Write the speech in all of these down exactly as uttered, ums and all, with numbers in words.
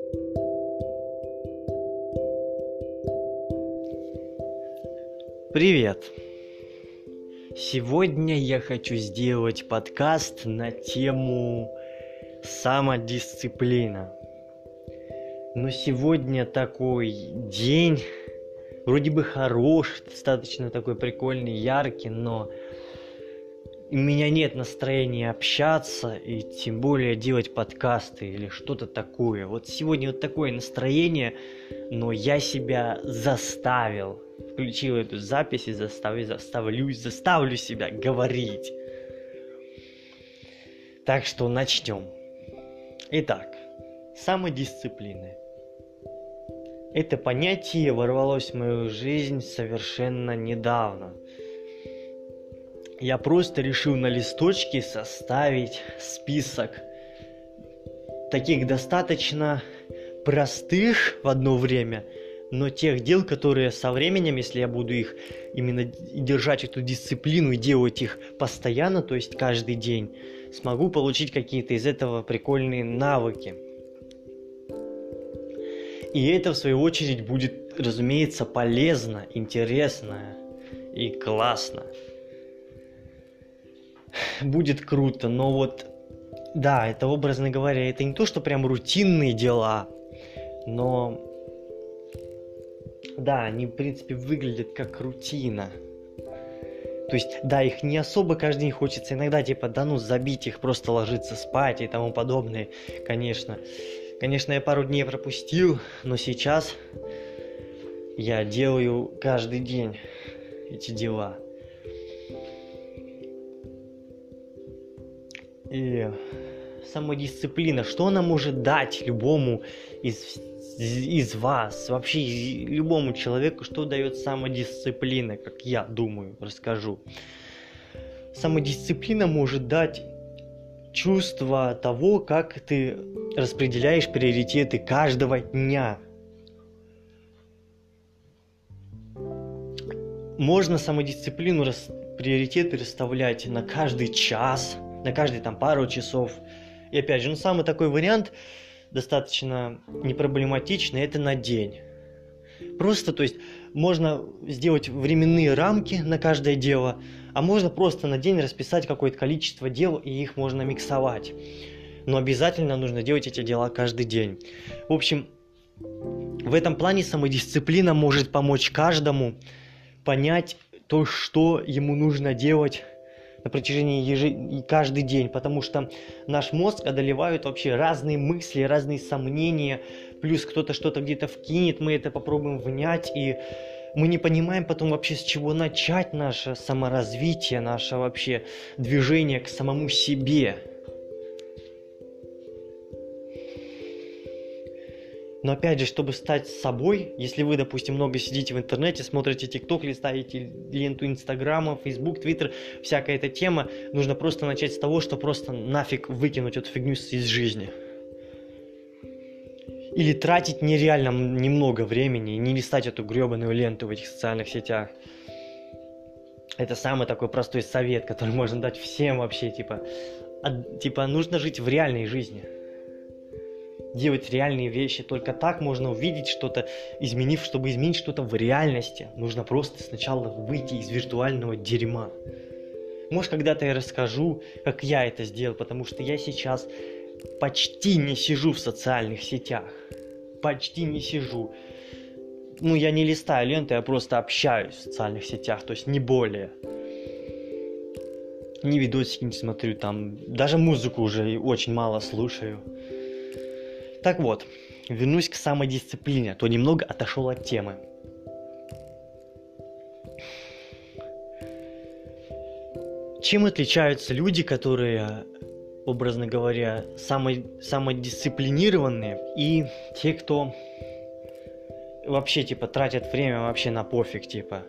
Привет! Сегодня я хочу сделать подкаст на тему самодисциплина. Но сегодня такой день, вроде бы хороший, достаточно такой прикольный, яркий, но у меня нет настроения общаться и тем более делать подкасты или что-то такое. Вот сегодня вот такое настроение, но я себя заставил. Включил эту запись и заставлю, заставлю, заставлю себя говорить. Так что начнем. Итак, самодисциплина. Это понятие ворвалось в мою жизнь совершенно недавно. Я просто решил на листочке составить список таких достаточно простых в одно время, но тех дел, которые со временем, если я буду их именно держать эту дисциплину и делать их постоянно, то есть каждый день, смогу получить какие-то из этого прикольные навыки. И это, в свою очередь, будет, разумеется, полезно, интересно и классно. Будет круто, но вот, да, это, образно говоря, это не то, что прям рутинные дела, но, да, они, в принципе, выглядят как рутина. То есть, да, их не особо каждый день хочется, иногда, типа, да ну, забить их, просто ложиться спать и тому подобное, конечно. Конечно, я пару дней пропустил, но сейчас я делаю каждый день эти дела. И самодисциплина, что она может дать любому из, из вас, вообще любому человеку, что дает самодисциплина, как я думаю, расскажу. Самодисциплина может дать чувство того, как ты распределяешь приоритеты каждого дня. Можно самодисциплину, рас, приоритеты расставлять на каждый час, на каждые там пару часов. И опять же, ну самый такой вариант, достаточно непроблематичный, это на день. Просто, то есть, можно сделать временные рамки на каждое дело, а можно просто на день расписать какое-то количество дел, и их можно миксовать. Но обязательно нужно делать эти дела каждый день. В общем, в этом плане самодисциплина может помочь каждому понять то, что ему нужно делать на протяжении ежи... каждый день, потому что наш мозг одолевают вообще разные мысли, разные сомнения, плюс кто-то что-то где-то вкинет, мы это попробуем внять, и мы не понимаем потом вообще, с чего начать наше саморазвитие, наше вообще движение к самому себе. Но опять же, чтобы стать собой, если вы, допустим, много сидите в интернете, смотрите ТикТок, листаете ленту Инстаграма, Фейсбук, Твиттер, всякая эта тема, нужно просто начать с того, что просто нафиг выкинуть эту фигню из жизни. Или тратить нереально немного времени и не листать эту гребаную ленту в этих социальных сетях. Это самый такой простой совет, который можно дать всем вообще, типа, от, типа нужно жить в реальной жизни. Делать реальные вещи. Только так можно увидеть что-то, изменив, чтобы изменить что-то в реальности. Нужно просто сначала выйти из виртуального дерьма. Может, когда-то я расскажу, как я это сделал, потому что я сейчас почти не сижу в социальных сетях. Почти не сижу. Ну, я не листаю ленты, я просто общаюсь в социальных сетях, то есть не более. Ни видосики не смотрю, там, даже музыку уже очень мало слушаю. Так вот, вернусь к самодисциплине, то немного отошел от темы. Чем отличаются люди, которые, образно говоря, само, самодисциплинированные, и те, кто вообще, типа, тратят время вообще на пофиг, типа.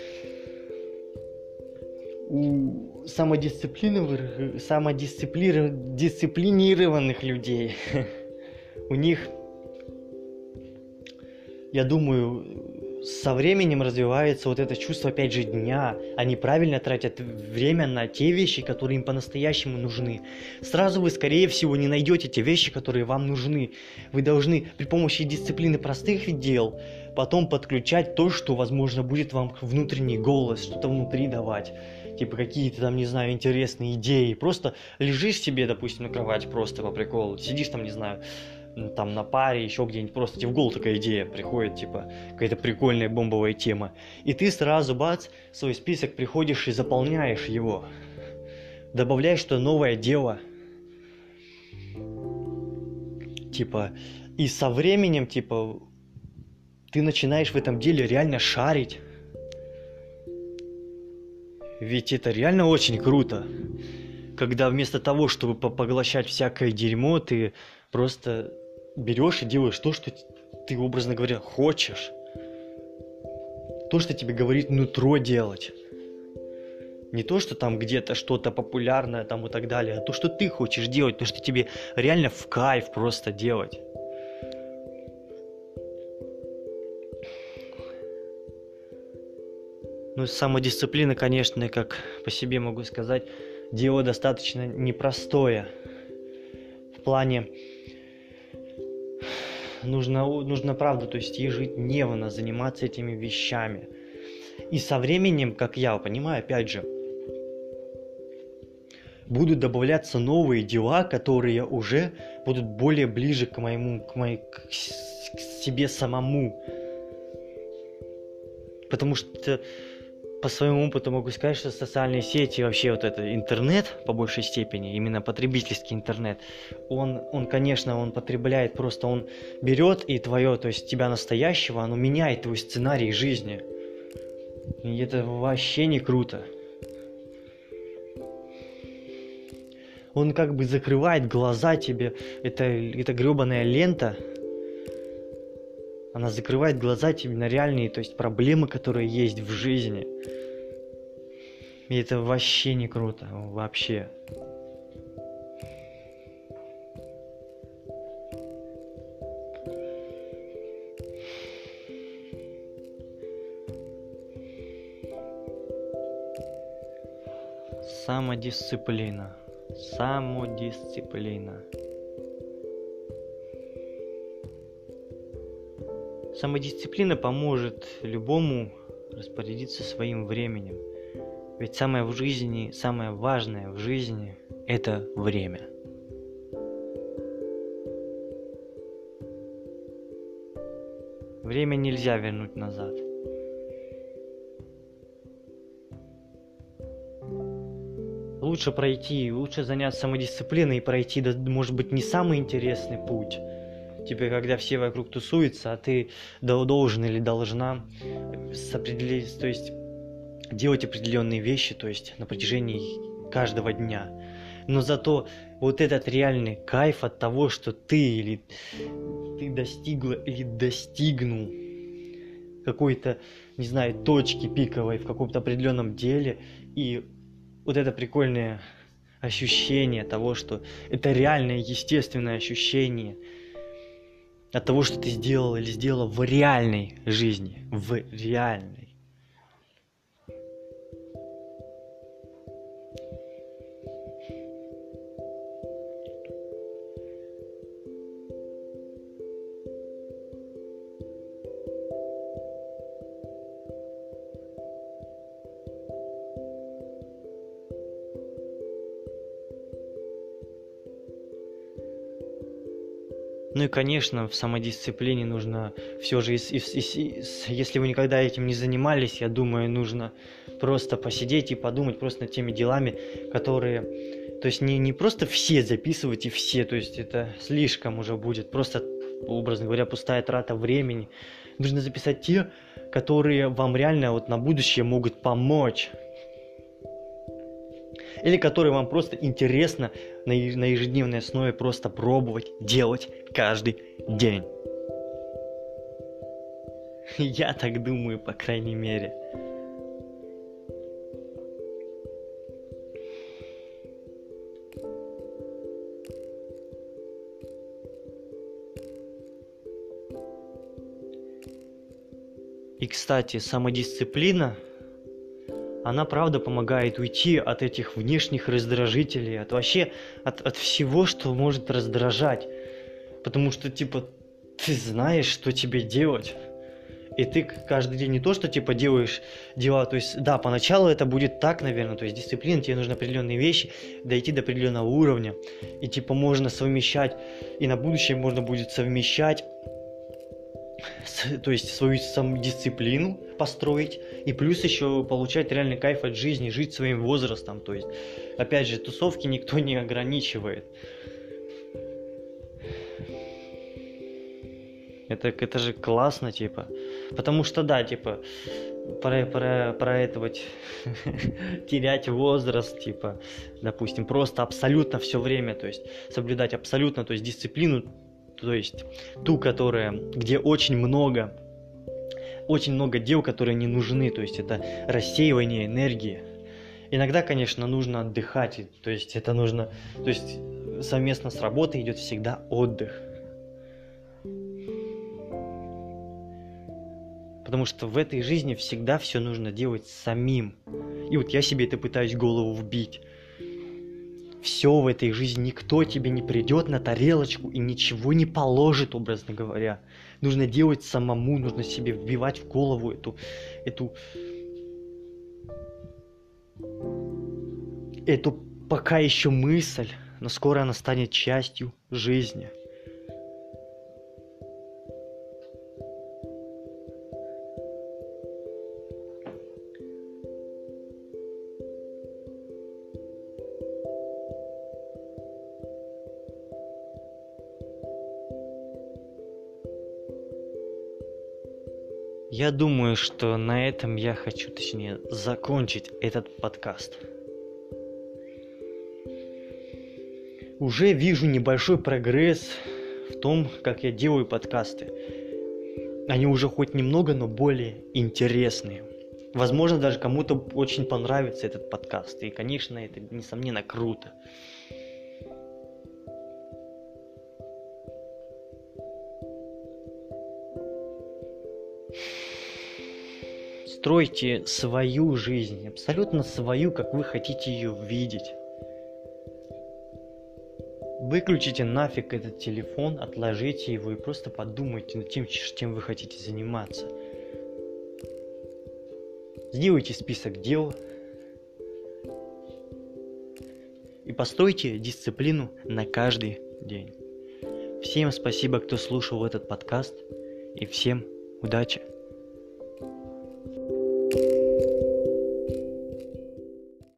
У самодисциплинированных, самодисциплинированных людей у них, я думаю, со временем развивается вот это чувство, опять же, дня. Они правильно тратят время на те вещи, которые им по-настоящему нужны. Сразу вы, скорее всего, не найдете те вещи, которые вам нужны. Вы должны при помощи дисциплины простых дел потом подключать то, что, возможно, будет вам внутренний голос, что-то внутри давать. Типа какие-то там, не знаю, интересные идеи. Просто лежишь себе, допустим, на кровати просто по приколу. Сидишь там, не знаю, там на паре, еще где-нибудь, просто тебе в голову такая идея приходит, типа, какая-то прикольная бомбовая тема. И ты сразу, бац, в свой список приходишь и заполняешь его. Добавляешь что-то новое дело. Типа, и со временем, типа, ты начинаешь в этом деле реально шарить. Ведь это реально очень круто. Когда вместо того, чтобы поглощать всякое дерьмо, ты просто берешь и делаешь то, что ты, образно говоря, хочешь. То, что тебе говорит нутро делать. Не то, что там где-то что-то популярное там и так далее, а то, что ты хочешь делать, то, что тебе реально в кайф просто делать. Ну, самодисциплина, конечно, как по себе могу сказать, дело достаточно непростое. В плане нужно, нужно правда, то есть ежедневно заниматься этими вещами. И со временем, как я понимаю, опять же, будут добавляться новые дела, которые уже будут более ближе к моему, к моей, к себе самому. Потому что по своему опыту могу сказать, что социальные сети, вообще вот это интернет, по большей степени, именно потребительский интернет, он, он, конечно, он потребляет, просто он берет и твое, то есть тебя настоящего, оно меняет твой сценарий жизни. И это вообще не круто. Он как бы закрывает глаза тебе, это, это гребаная лента, она закрывает глаза тебе на реальные, то есть проблемы, которые есть в жизни. И это вообще не круто, вообще. Самодисциплина. Самодисциплина. Самодисциплина поможет любому распорядиться своим временем. Ведь самое в жизни, самое важное в жизни – это время. Время нельзя вернуть назад. Лучше пройти, лучше заняться самодисциплиной и пройти, может быть, не самый интересный путь. Типа, когда все вокруг тусуются, а ты должен или должна определить, то есть делать определенные вещи, то есть на протяжении каждого дня. Но зато вот этот реальный кайф от того, что ты или ты достигла или достигнул какой-то, не знаю, точки пиковой в каком-то определенном деле, и вот это прикольное ощущение того, что это реальное, естественное ощущение от того, что ты сделал или сделала в реальной жизни, в реальной. Ну и, конечно, в самодисциплине нужно все же, если вы никогда этим не занимались, я думаю, нужно просто посидеть и подумать просто над теми делами, которые... То есть не, не просто все записывать и все, то есть это слишком уже будет, просто, образно говоря, пустая трата времени. Нужно записать те, которые вам реально вот на будущее могут помочь. Или которые вам просто интересно на ежедневной основе просто пробовать, делать каждый день. Я так думаю, по крайней мере. И, кстати, самодисциплина, она правда помогает уйти от этих внешних раздражителей, от вообще, от, от всего, что может раздражать. Потому что, типа, ты знаешь, что тебе делать. И ты каждый день не то, что, типа, делаешь дела. То есть, да, поначалу это будет так, наверное. То есть, дисциплина, тебе нужны определенные вещи, дойти до определенного уровня. И, типа, можно совмещать, и на будущее можно будет совмещать, то есть, свою самодисциплину построить, и плюс еще получать реальный кайф от жизни, жить своим возрастом. То есть, опять же, тусовки никто не ограничивает. Это, это же классно, типа. Потому что, да, типа, про, про, проэтовать, терять возраст, типа, допустим, просто абсолютно все время, то есть, соблюдать абсолютно, то есть, дисциплину, то есть, ту, которая, где очень много, очень много дел, которые не нужны, то есть, это рассеивание энергии. Иногда, конечно, нужно отдыхать, то есть, это нужно, то есть, совместно с работой идет всегда отдых. Потому что в этой жизни всегда все нужно делать самим. И вот я себе это пытаюсь в голову вбить. Все в этой жизни, никто тебе не придет на тарелочку и ничего не положит, образно говоря. Нужно делать самому, нужно себе вбивать в голову эту, эту, эту пока еще мысль, но скоро она станет частью жизни. Я думаю, что на этом я хочу, точнее, закончить этот подкаст. Уже вижу небольшой прогресс в том, как я делаю подкасты. Они уже хоть немного, но более интересные. Возможно, даже кому-то очень понравится этот подкаст. И, конечно, это, несомненно, круто. Стройте свою жизнь, абсолютно свою, как вы хотите ее видеть. Выключите нафиг этот телефон, отложите его и просто подумайте над тем, чем вы хотите заниматься. Сделайте список дел и постройте дисциплину на каждый день. Всем спасибо, кто слушал этот подкаст, и всем удачи!